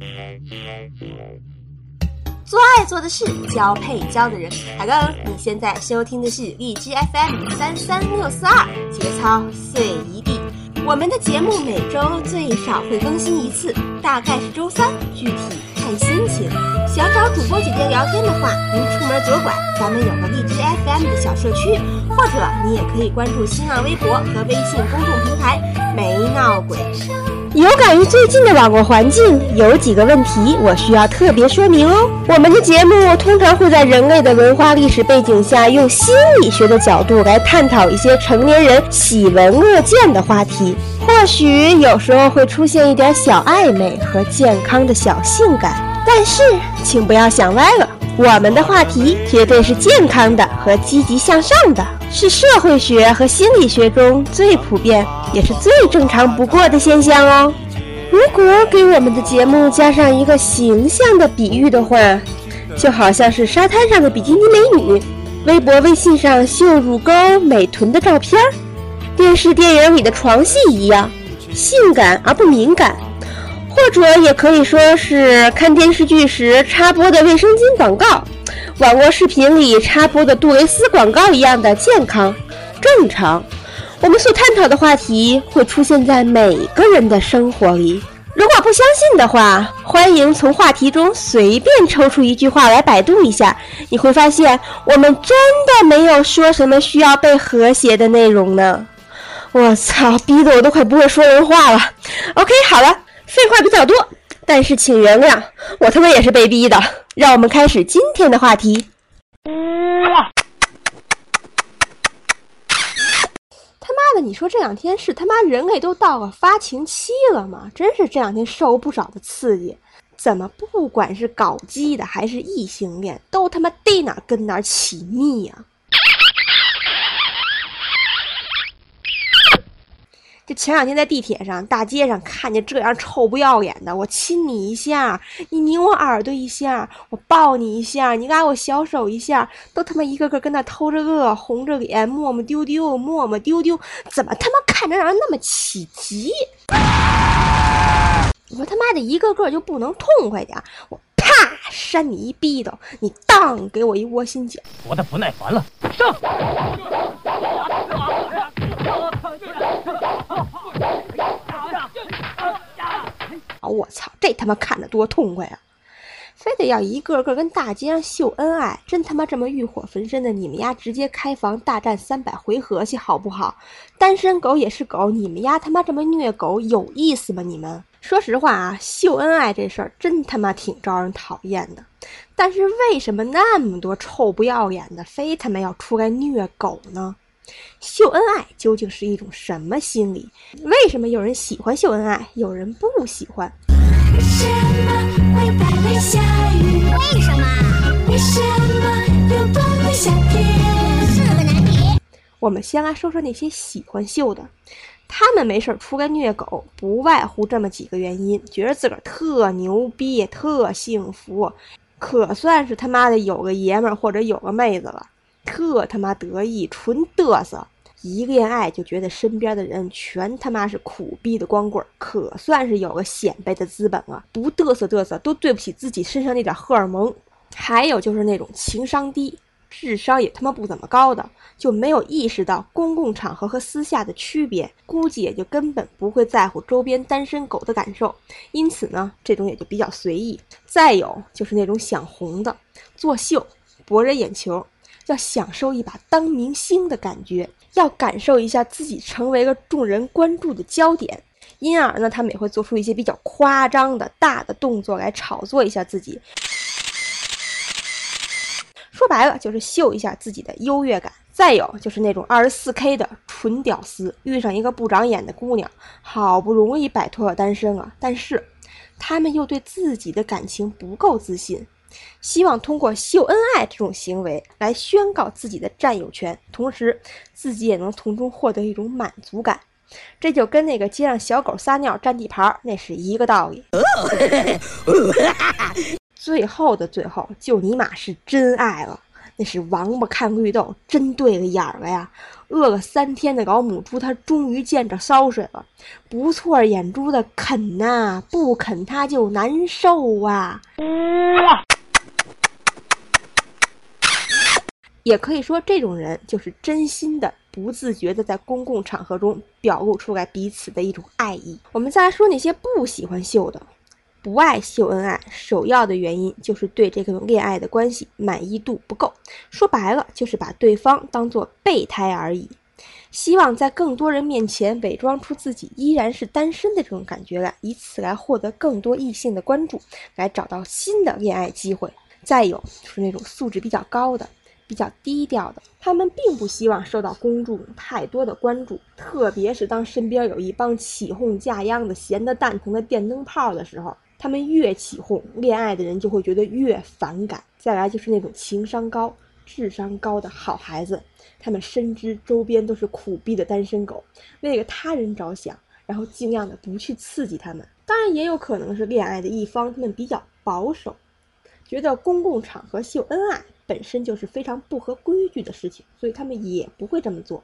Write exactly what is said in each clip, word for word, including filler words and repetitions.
做爱做的事，交配交的人。大哥，你现在收听的是荔枝 F M 三三六四二，节操碎一地。我们的节目每周最少会更新一次，大概是周三，具体看心情。想找主播姐姐聊天的话，您出门左拐，咱们有个荔枝 F M 的小社区，或者你也可以关注新浪微博和微信公众平台没闹鬼。有感于最近的网络环境，有几个问题我需要特别说明哦。我们的节目通常会在人类的文化历史背景下，用心理学的角度来探讨一些成年人喜闻乐见的话题。或许有时候会出现一点小暧昧和健康的小性感，但是请不要想歪了，我们的话题绝对是健康的和积极向上的，是社会学和心理学中最普遍也是最正常不过的现象哦。如果给我们的节目加上一个形象的比喻的话，就好像是沙滩上的比基尼美女，微博微信上秀乳沟美臀的照片，电视电影里的床戏一样，性感而不敏感。或者也可以说是看电视剧时插播的卫生巾广告，网络视频里插播的杜蕾斯广告一样的健康正常。我们所探讨的话题会出现在每个人的生活里。如果不相信的话，欢迎从话题中随便抽出一句话来百度一下，你会发现我们真的没有说什么需要被和谐的内容呢。我操，逼得我都快不会说人话了。 OK， 好了，废话比较多，但是请原谅，我他妈也是被逼的。让我们开始今天的话题。他妈的，你说这两天是他妈人类都到了发情期了吗？真是这两天受不少的刺激。怎么不管是搞基的还是异性恋，都他妈逮哪跟哪起腻呀、啊！这前两天在地铁上、大街上看见这样臭不要脸的，我亲你一下，你拧我耳朵一下，我抱你一下，你拉我小手一下，都他妈一个个跟那偷着乐、红着脸、磨磨丢丢、磨磨丢丢，怎么他妈看着让人那么起急？我他妈的一个个就不能痛快点？我啪扇你一逼斗，你当给我一窝心脚！ 活得不耐烦了，上！ 我操，这他妈看着多痛快啊！非得要一个个跟大街上秀恩爱，真他妈这么欲火焚身的，你们丫直接开房大战三百回合去好不好？单身狗也是狗，你们丫他妈这么虐狗有意思吗？你们说实话啊，秀恩爱这事儿真他妈挺招人讨厌的。但是为什么那么多臭不要脸的非他妈要出来虐狗呢？秀恩爱究竟是一种什么心理？为什么有人喜欢秀恩爱，有人不喜欢？ 为什么会带来下雨？为什么？为什么有冬的夏天？是个难题。 我们先来说说那些喜欢秀的，他们没事出来虐狗，不外乎这么几个原因：觉得自个儿特牛逼、特幸福，可算是他妈的有个爷们儿或者有个妹子了。特他妈得意，纯嘚瑟，一恋爱就觉得身边的人全他妈是苦逼的光棍，可算是有个显摆的资本了，不嘚瑟嘚瑟都对不起自己身上那点荷尔蒙。还有就是那种情商低，智商也他妈不怎么高的，就没有意识到公共场合和私下的区别，估计也就根本不会在乎周边单身狗的感受，因此呢，这种也就比较随意。再有就是那种想红的，作秀博人眼球，要享受一把当明星的感觉，要感受一下自己成为了众人关注的焦点，因而呢，他们也会做出一些比较夸张的大的动作来炒作一下自己。说白了就是秀一下自己的优越感。再有就是那种 二十四 K 的纯屌丝，遇上一个不长眼的姑娘，好不容易摆脱了单身了，但是他们又对自己的感情不够自信，希望通过秀恩爱这种行为来宣告自己的占有权，同时自己也能从中获得一种满足感。这就跟那个街上小狗撒尿占地盘那是一个道理。最后的最后，就尼玛是真爱了。 那是王八看绿豆，真对了眼了呀！饿了三天的老母猪，它终于见着捎水了。不错眼珠的啃呐、啊，不啃它就难受啊！也可以说，这种人就是真心的、不自觉的在公共场合中表露出来彼此的一种爱意。我们再来说那些不喜欢秀的。不爱秀恩爱，首要的原因就是对这种恋爱的关系满意度不够。说白了，就是把对方当作备胎而已。希望在更多人面前伪装出自己依然是单身的这种感觉来，以此来获得更多异性的关注，来找到新的恋爱机会。再有就是那种素质比较高的、比较低调的，他们并不希望受到公众太多的关注，特别是当身边有一帮起哄架秧的闲得蛋疼的电灯泡的时候，他们越起哄，恋爱的人就会觉得越反感。再来就是那种情商高、智商高的好孩子，他们深知周边都是苦逼的单身狗，为了他人着想，然后尽量的不去刺激他们。当然也有可能是恋爱的一方他们比较保守，觉得公共场合秀恩爱本身就是非常不合规矩的事情，所以他们也不会这么做。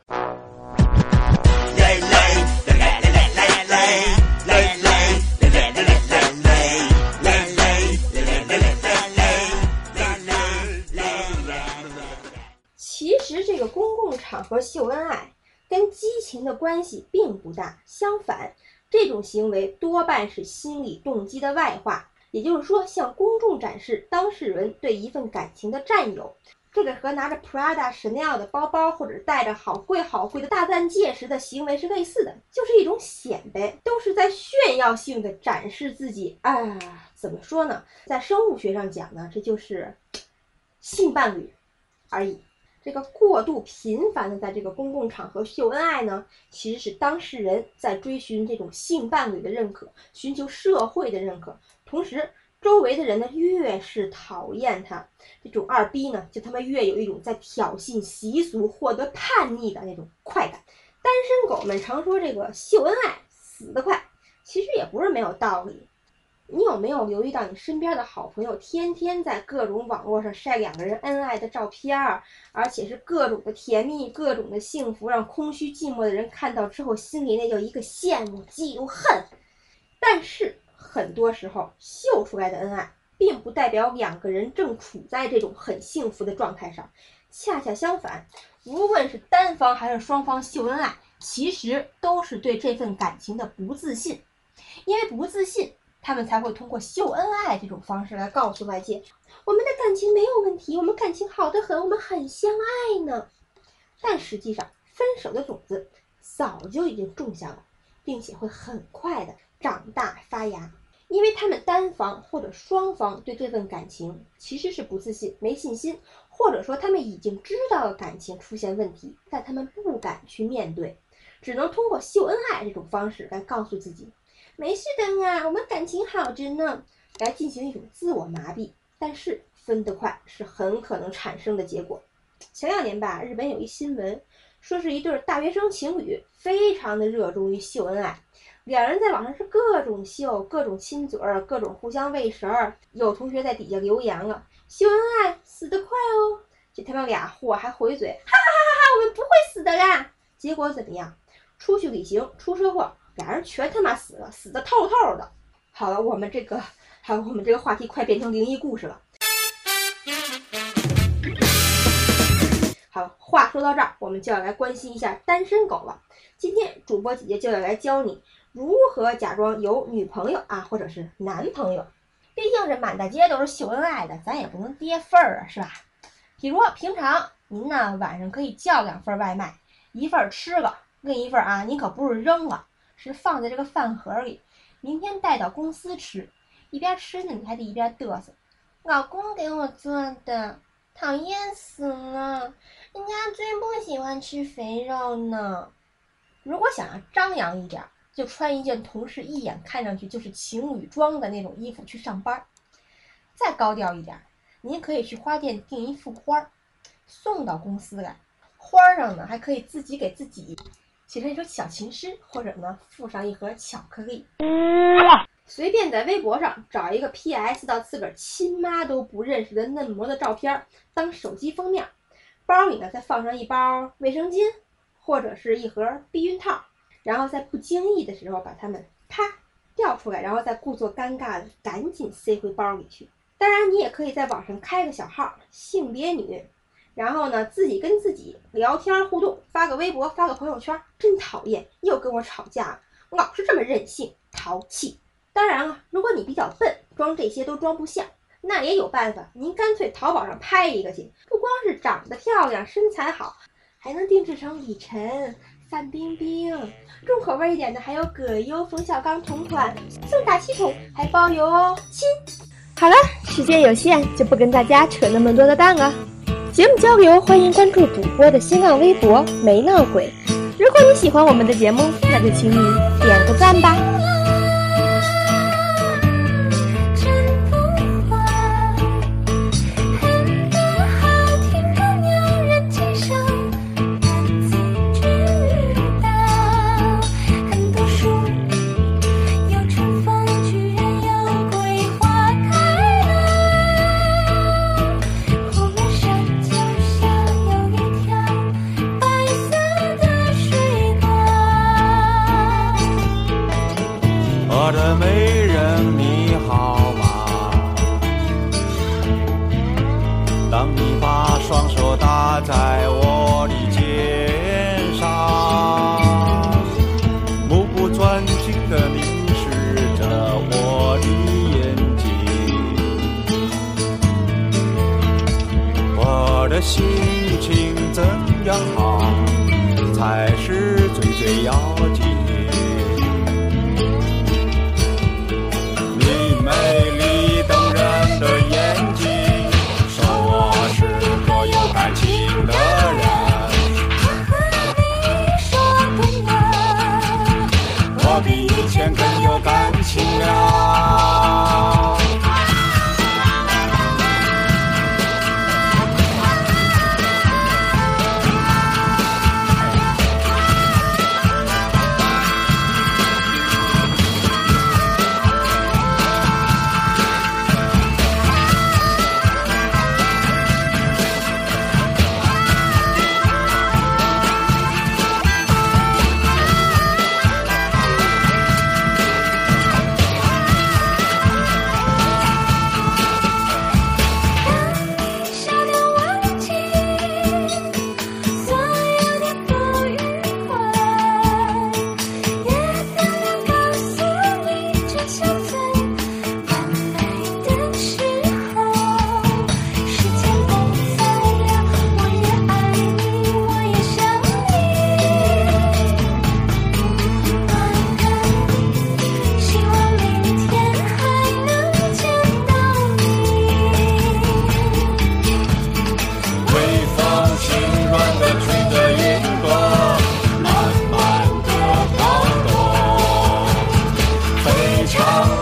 其实这个公共场合秀恩爱跟激情的关系并不大，相反，这种行为多半是心理动机的外化，也就是说向公众展示当事人对一份感情的占有。这个和拿着 Prada、Chanel 的包包或者戴着好贵好贵的大钻戒时的行为是类似的，就是一种显摆，都是在炫耀性的展示自己。啊，怎么说呢，在生物学上讲呢，这就是性伴侣而已。这个过度频繁的在这个公共场合秀恩爱呢，其实是当事人在追寻这种性伴侣的认可，寻求社会的认可，同时周围的人呢越是讨厌他，这种二逼呢就他们越有一种在挑衅习俗获得叛逆的那种快感。单身狗们常说这个秀恩爱死得快，其实也不是没有道理。你有没有留意到你身边的好朋友天天在各种网络上晒两个人恩爱的照片，而且是各种的甜蜜、各种的幸福，让空虚寂寞的人看到之后心里那叫一个羡慕、嫉妒、恨。但是很多时候秀出来的恩爱并不代表两个人正处在这种很幸福的状态上，恰恰相反，无论是单方还是双方秀恩爱，其实都是对这份感情的不自信。因为不自信，他们才会通过秀恩爱这种方式来告诉外界，我们的感情没有问题，我们感情好得很，我们很相爱呢。但实际上分手的种子早就已经种下了，并且会很快的长大发芽。因为他们单方或者双方对这份感情其实是不自信、没信心，或者说他们已经知道了感情出现问题，但他们不敢去面对，只能通过秀恩爱这种方式来告诉自己，没事的啊，我们感情好着呢，来进行一种自我麻痹。但是分得快是很可能产生的结果。前两年吧，日本有一新闻，说是一对大学生情侣非常的热衷于秀恩爱，两人在网上是各种秀，各种亲嘴儿，各种互相喂食儿。有同学在底下留言了，秀恩爱死得快哦，这他们俩货还回嘴，哈哈哈哈，我们不会死的啦。结果怎么样？出去旅行出车祸，俩人全他妈死了，死得透透的。好了，我们这个还有我们这个话题快变成灵异故事了。好，话说到这儿，我们就要来关心一下单身狗了。今天主播姐姐就要来教你如何假装有女朋友啊，或者是男朋友。毕竟这满大街都是秀恩爱的，咱也不能跌份儿啊，是吧？比如平常您呢晚上可以叫两份外卖，一份吃了，另一份啊您可不是扔了，是放在这个饭盒里，明天带到公司吃。一边吃呢，你还得一边嘚瑟，老公给我做的，讨厌死了，人家最不喜欢吃肥肉呢。如果想要张扬一点，就穿一件同事一眼看上去就是情侣装的那种衣服去上班。再高调一点，您可以去花店订一束花，送到公司来，花上呢还可以自己给自己写上一首小情诗，或者呢附上一盒巧克力。 随便在微博上找一个 P S 到自个儿亲妈都不认识的嫩模的照片当手机封面，包里呢再放上一包卫生巾或者是一盒避孕套，然后在不经意的时候把它们啪掉出来，然后再故作尴尬的赶紧塞回包里去。当然你也可以在网上开个小号性别女，然后呢自己跟自己聊天互动，发个微博发个朋友圈。真讨厌，又跟我吵架了，老是这么任性淘气。当然了，如果你比较笨，装这些都装不下，那也有办法，您干脆淘宝上拍一个去，不光是长得漂亮身材好，还能定制成李晨范冰冰，重口味一点的还有葛优冯小刚同款，送大气筒还包邮哦。亲，好了，时间有限，就不跟大家扯那么多的蛋了。节目交流欢迎关注主播的新浪微博没闹鬼。如果你喜欢我们的节目，那就请你点个赞吧。 我的美人你好吗？当你把双手搭在我的肩上，目不转睛地凝视着我的眼睛，我的心情怎样好才是最最要紧。美丽动人的眼睛，说我是个有感情的人。我比以前更有感情了。唱